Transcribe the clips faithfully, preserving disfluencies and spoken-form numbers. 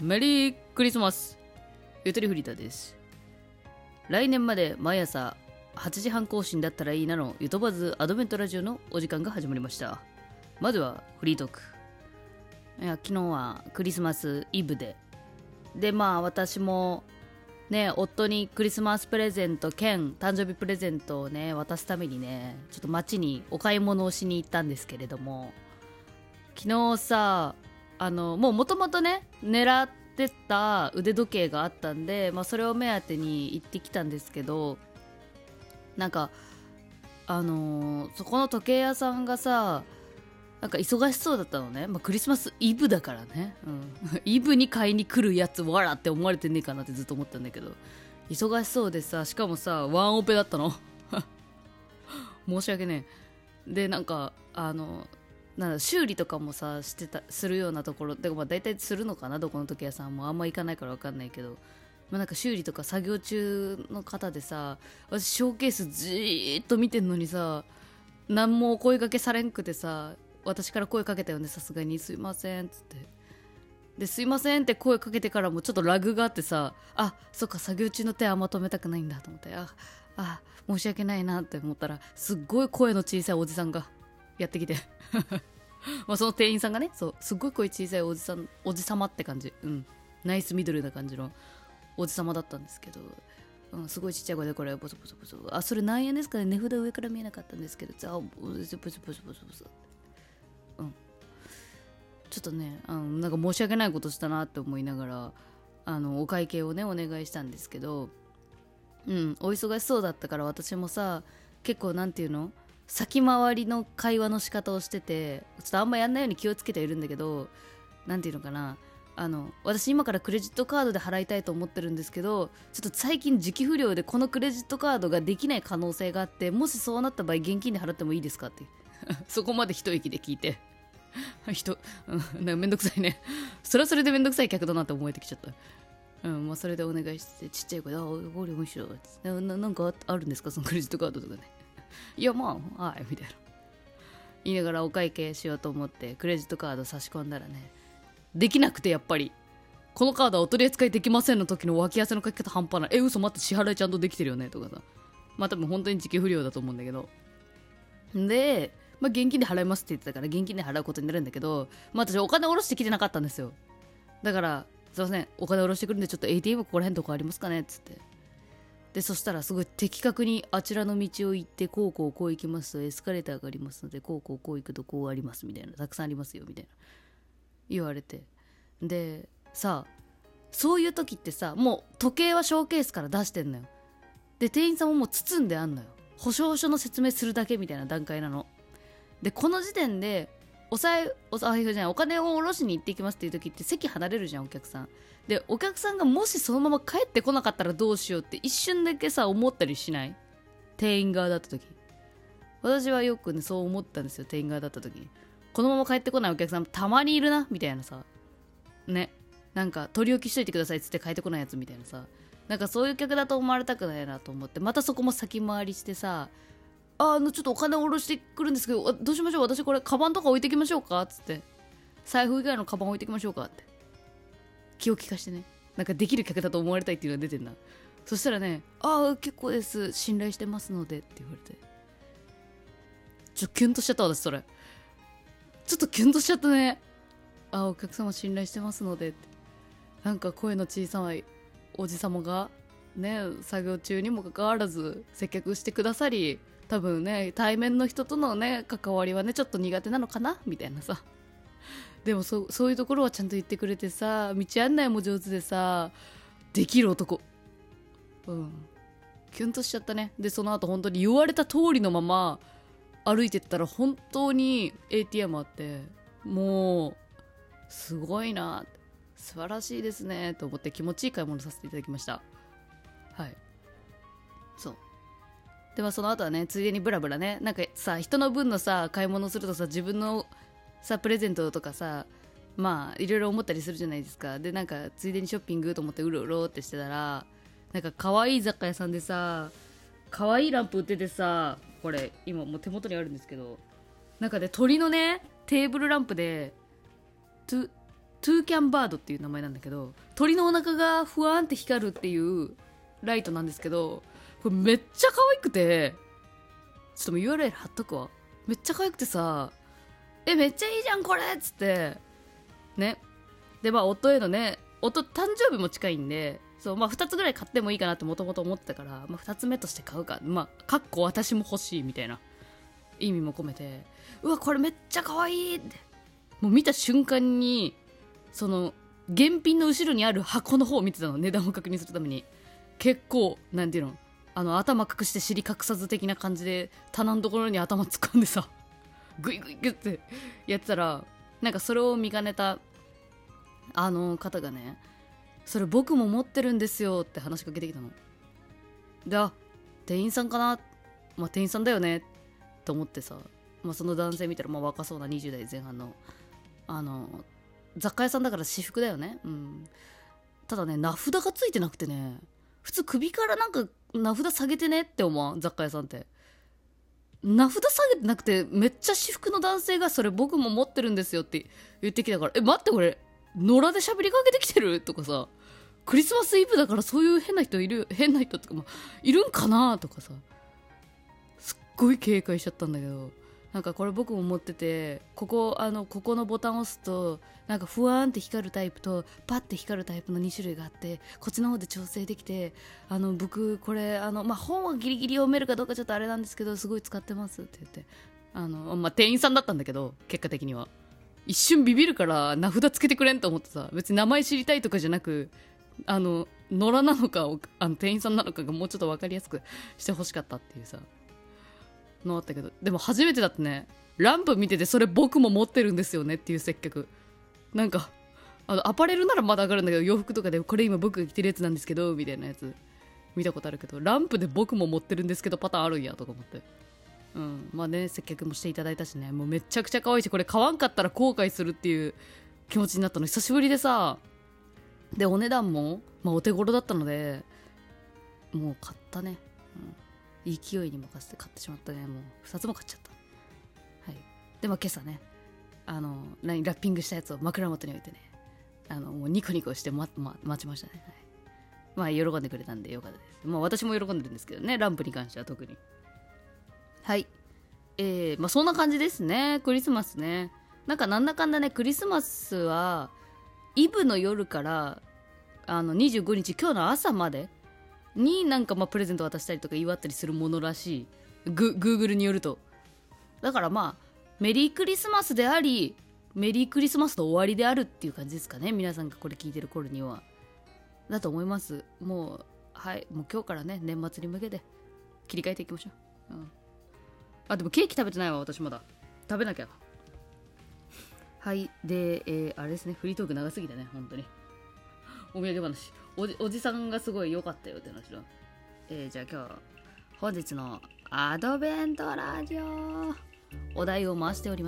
メリークリスマス。ゆとりフリーターです。来年まで毎朝はちじはん更新だったらいいなのゆとばずアドベントラジオのお時間が始まりました。まずはフリートーク。いや昨日はクリスマスイブででまあ私もね夫にクリスマスプレゼント兼誕生日プレゼントをね渡すためにねちょっと街にお買い物をしに行ったんですけれども、昨日さあのもうもともとね狙ってた腕時計があったんで、まあ、それを目当てに行ってきたんですけど、なんかあのーそこの時計屋さんがさなんか忙しそうだったのね、まあ、クリスマスイブだからね、うん、イブに買いに来るやつわらって思われてねえかなってずっと思ったんだけど、忙しそうでさ、しかもさワンオペだったの申し訳ねえ。でなんかあのなんだ修理とかもさしてたするようなところで、まあ大体するのかな、どこの時計屋さんもあんま行かないから分かんないけど、まあ、なんか修理とか作業中の方でさ、私ショーケースじーっと見てんのにさ何もお声掛けされんくてさ、私から声かけたよね、さすがに。すいませんっつって、ですいませんって声かけてからもちょっとラグがあってさ、あそっか作業中の手あんま止めたくないんだと思って、ああ申し訳ないなって思ったら、すっごい声の小さいおじさんがやってきてまあその店員さんがね、そうすっごい声小さいおじさん、おじさまって感じ、うんナイスミドルな感じのおじさまだったんですけど、うん、すごいちっちゃい声でこれボソボソボソ、あそれ何円ですかね、値札上から見えなかったんですけど、あボソボソボソボソボソ、うんちょっとね、あのなんか申し訳ないことしたなって思いながら、あのお会計をねお願いしたんですけど、うんお忙しそうだったから私もさ結構なんていうの、先回りの会話の仕方をしてて、ちょっとあんまやんないように気をつけてはいるんだけど、なんていうのかな、あの私今からクレジットカードで払いたいと思ってるんですけど、ちょっと最近時期不良でこのクレジットカードができない可能性があって、もしそうなった場合現金で払ってもいいですかってそこまで一息で聞いて人、うん、なんかめんどくさいねそれはそれでめんどくさい客だなって思えてきちゃった。うんまあ、それでお願いして、ちっちゃい声で「あおりおいしょ」な, ななんかあるんですかそのクレジットカードとかねいやまあはいみたいな言いながらお会計しようと思ってクレジットカード差し込んだらね、できなくて、やっぱりこのカードはお取り扱いできませんの時の脇汗の書き方半端ない、え嘘待って支払いちゃんとできてるよねとかさ、まあ多分本当に時期不良だと思うんだけど、でまあ、現金で払いますって言ってたから現金で払うことになるんだけど、まあ、私お金下ろしてきてなかったんですよ。だからすいませんお金下ろしてくるんでちょっと エーティーエム ここら辺とかありますかねっつって、でそしたらすごい的確にあちらの道を行ってこうこうこう行きますとエスカレーターがありますのでこうこうこう行くとこうありますみたいな、たくさんありますよみたいな言われて、でさそういう時ってさもう時計はショーケースから出してんのよ。で店員さんももう包んであんのよ、保証書の説明するだけみたいな段階なので、この時点でお財お財布じゃないお金を下ろしに行ってきますっていう時って席離れるじゃんお客さんで、お客さんがもしそのまま帰ってこなかったらどうしようって一瞬だけさ思ったりしない？店員側だった時、私はよくねそう思ったんですよ。店員側だった時にこのまま帰ってこないお客さんたまにいるなみたいなさ、ねなんか取り置きしといてくださいっつって帰ってこないやつみたいなさ、なんかそういう客だと思われたくないなと思って、またそこも先回りしてさ、あのちょっとお金下ろしてくるんですけどどうしましょう、私これカバンとか置いてきましょうかっつって、財布以外のカバン置いてきましょうかって気を利かしてね、なんかできる客だと思われたいっていうのが出てんな。そしたらね、ああ結構です信頼してますのでって言われて、ちょっとキュンとしちゃった私それ、ちょっとキュンとしちゃったね。ああお客様信頼してますのでって、なんか声の小さいおじさまがね作業中にもかかわらず接客してくださり、多分ね対面の人とのね関わりはねちょっと苦手なのかなみたいなさ、でも そ, そういうところはちゃんと言ってくれてさ、道案内も上手でさ、できる男、うんキュンとしちゃったね。でその後本当に言われた通りのまま歩いてったら本当に エーティーエム あって、もうすごいな素晴らしいですねと思って気持ちいい買い物させていただきました。はいそうでまあその後はねついでにブラブラね、なんかさ人の分のさ買い物するとさ自分のさプレゼントとかさまあいろいろ思ったりするじゃないですか。でなんかついでにショッピングと思ってうろうろってしてたら、なんか可愛い雑貨屋さんでさ可愛いランプ売っててさ、これ今もう手元にあるんですけど、なんかね鳥のねテーブルランプでトゥトゥーキャンバードっていう名前なんだけど、鳥のお腹がふわーんって光るっていうライトなんですけど、これめっちゃ可愛くて、ちょっともう ユーアールエル 貼っとくわ。めっちゃ可愛くてさ、えめっちゃいいじゃんこれっつってね。でまあ夫へのね、夫誕生日も近いんで、そうまあふたつぐらい買ってもいいかなってもともと思ってたから、まあ、ふたつめとして買うか、まあかっこ私も欲しいみたいな意味も込めて、うわこれめっちゃ可愛いって、もう見た瞬間にその現品の後ろにある箱の方を見てたの、値段を確認するために。結構なんていうの、あの頭隠して尻隠さず的な感じで棚のところに頭突っ込んでさ、グイグイグイってやってたら、なんかそれを見かねたあの方がね、それ僕も持ってるんですよって話しかけてきたので、あ店員さんかな、まあ店員さんだよねと思ってさ、まあ、その男性見たらまあ若そうなにじゅう代前半のあの雑貨屋さんだから私服だよね。うん。ただね名札がついてなくてね、普通首からなんか名札下げてねって思わん、雑貨屋さんって。名札下げてなくて、めっちゃ私服の男性がそれ僕も持ってるんですよって言ってきたから、え待ってこれ野良で喋りかけてきてるとかさ、クリスマスイブだからそういう変な人いる、変な人とか、まあ、いるんかなとかさ、すっごい警戒しちゃったんだけど、なんかこれ僕も持ってて、ここあのここのボタンを押すとなんかふわーんって光るタイプとパッて光るタイプのに種類があって、こっちの方で調整できて、あの僕これあのまあ本はギリギリ読めるかどうかちょっとあれなんですけどすごい使ってますって言って、あのまあ店員さんだったんだけど、結果的には一瞬ビビるから名札つけてくれんと思ってさ、別に名前知りたいとかじゃなく、あの野良なのかあの店員さんなのかがもうちょっと分かりやすくしてほしかったっていうさのあったけど、でも初めてだってね、ランプ見ててそれ僕も持ってるんですよねっていう接客。なんかあのアパレルならまだ上がるんだけど、洋服とかでこれ今僕が着てるやつなんですけどみたいなやつ見たことあるけど、ランプで僕も持ってるんですけどパターンあるんやとか思って、うん、まあね接客もしていただいたしね、もうめちゃくちゃ可愛いし、これ買わんかったら後悔するっていう気持ちになったの久しぶりでさ、でお値段も、まあ、お手頃だったのでもう買ったね、うん、勢いに任せて買ってしまったね。もうふたつも買っちゃった。はい。でも今朝ね、あの何ラッピングしたやつを枕元に置いてね、あのもうニコニコしてま、ま、待ちましたね、はい。まあ喜んでくれたんでよかったです。まあ私も喜んでるんですけどね、ランプに関しては特に。はい。えー、まあそんな感じですね。クリスマスね。なんかなんだかんだね、クリスマスはイブの夜からあのにじゅうごにち今日の朝までになんかまあプレゼント渡したりとか祝ったりするものらしい。グーグルによると。だからまあメリークリスマスでありメリークリスマスの終わりであるっていう感じですかね、皆さんがこれ聞いてる頃には。だと思います。もうはいもう今日からね年末に向けて切り替えていきましょう、うん、あでもケーキ食べてないわ私まだ。食べなきゃ。はいで、えー、あれですね、フリートーク長すぎたね本当に。お土産話 おじ、おじさんがすごい良かったよって話だ。えー、じゃあ今日本日のアドベントラジオお題を回しております。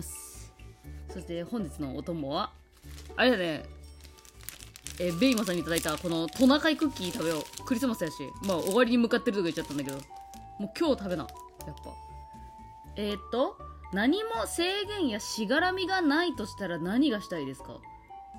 そして本日のお供はあれだね、えー、ベイマさんにいただいたこのトナカイクッキー食べよう。クリスマスやし、まあ終わりに向かってるとか言っちゃったんだけど、もう今日食べなやっぱ。えー、っと何も制限やしがらみがないとしたら何がしたいですか。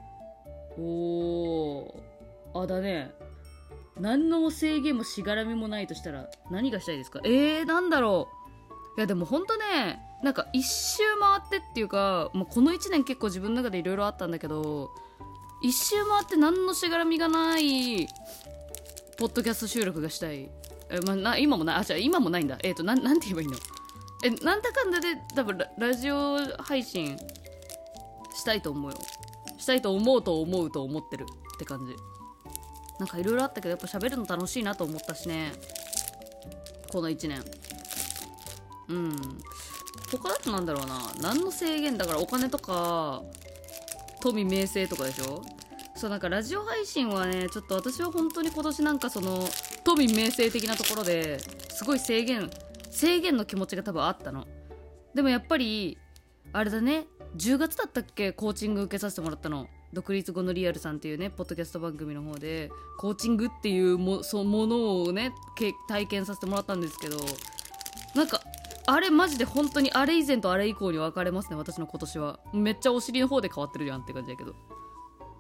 おーあだね、何の制限もしがらみもないとしたら何がしたいですか。えー、なんだろう。いやでもほんとね、なんか一周回ってっていうか、もうこのいちねん結構自分の中でいろいろあったんだけど、一周回って何のしがらみがないポッドキャスト収録がしたい。え、まあ、な今もない、あ、じゃあ今もないんだ。えっ、ー、となん、なんて言えばいいの。え、なんだかんだで多分 ラ, ラジオ配信したいと思うよ。したいと思うと思うと思ってるって感じ。なんかいろいろあったけどやっぱ喋るの楽しいなと思ったしね、このいちねん。うん他だとなんだろうな、何の制限だから、お金とか富名声とかでしょ。そうなんかラジオ配信はね、ちょっと私は本当に今年なんかその富名声的なところですごい制限制限の気持ちが多分あったの。でもやっぱりあれだね、じゅうがつだったっけ、コーチング受けさせてもらったの。独立後のリアルさんっていうねポッドキャスト番組の方でコーチングっていうもそものをね体験させてもらったんですけど、なんかあれマジで本当にあれ以前とあれ以降に分かれますね私の今年は。めっちゃお尻の方で変わってるやんって感じだけど、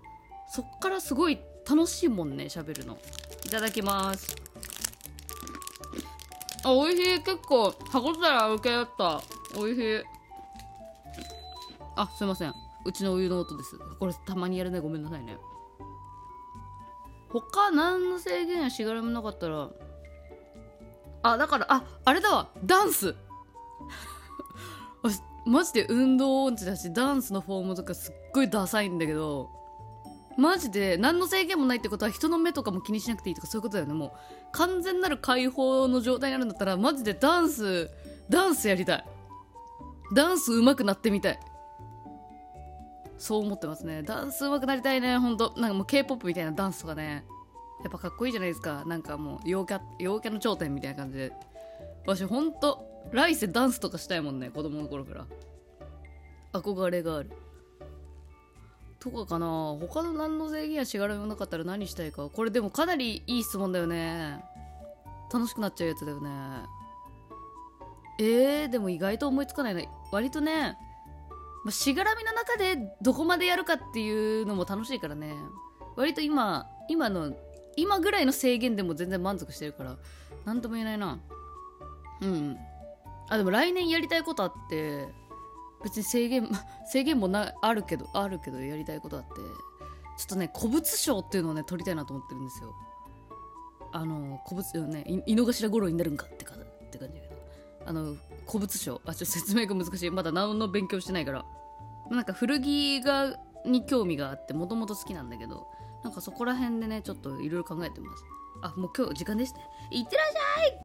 そっからすごい楽しいもんね、喋るの。いただきます。あ、美味しい。結構歯応えある系だった。美味しい。あ、すいません、うちのお湯の音です。これたまにやるね、ごめんなさいね。他何の制限やしがらみもなかったら、あ、だから、あ、あれだわ、ダンスマジで運動音痴だし、ダンスのフォームとかすっごいダサいんだけど、マジで何の制限もないってことは人の目とかも気にしなくていいとかそういうことだよね。もう完全なる解放の状態になるんだったら、マジでダンスダンスやりたい。ダンス上手くなってみたい。そう思ってますね。ダンス上手くなりたいね、ほんと。なんかもう K-ポップ みたいなダンスとかね、やっぱかっこいいじゃないですか。なんかもう陽キャ陽キャの頂点みたいな感じで、私ほんと来世ダンスとかしたいもんね、子供の頃から。憧れがあるとかかな。他の何の制限やしがらみもなかったら何したいか。これでもかなりいい質問だよね。楽しくなっちゃうやつだよね。えー、でも意外と思いつかないな。割とね、まあ、しがらみの中でどこまでやるかっていうのも楽しいからね。割と今今の今ぐらいの制限でも全然満足してるから、なんとも言えないな。うん。あ、でも来年やりたいことあって、別に制限制限もなあるけどあるけどやりたいことあって、ちょっとね古物商っていうのをね取りたいなと思ってるんですよ。あの古物ね、井の頭五郎になるんかってかって感じだけど、あの古物商、あ、ちょっと説明が難しい。まだ何の勉強してないから。なんか古着がに興味があって、もともと好きなんだけど、なんかそこら辺でねちょっといろいろ考えてます。あ、もう今日時間ですね。いってらっしゃい。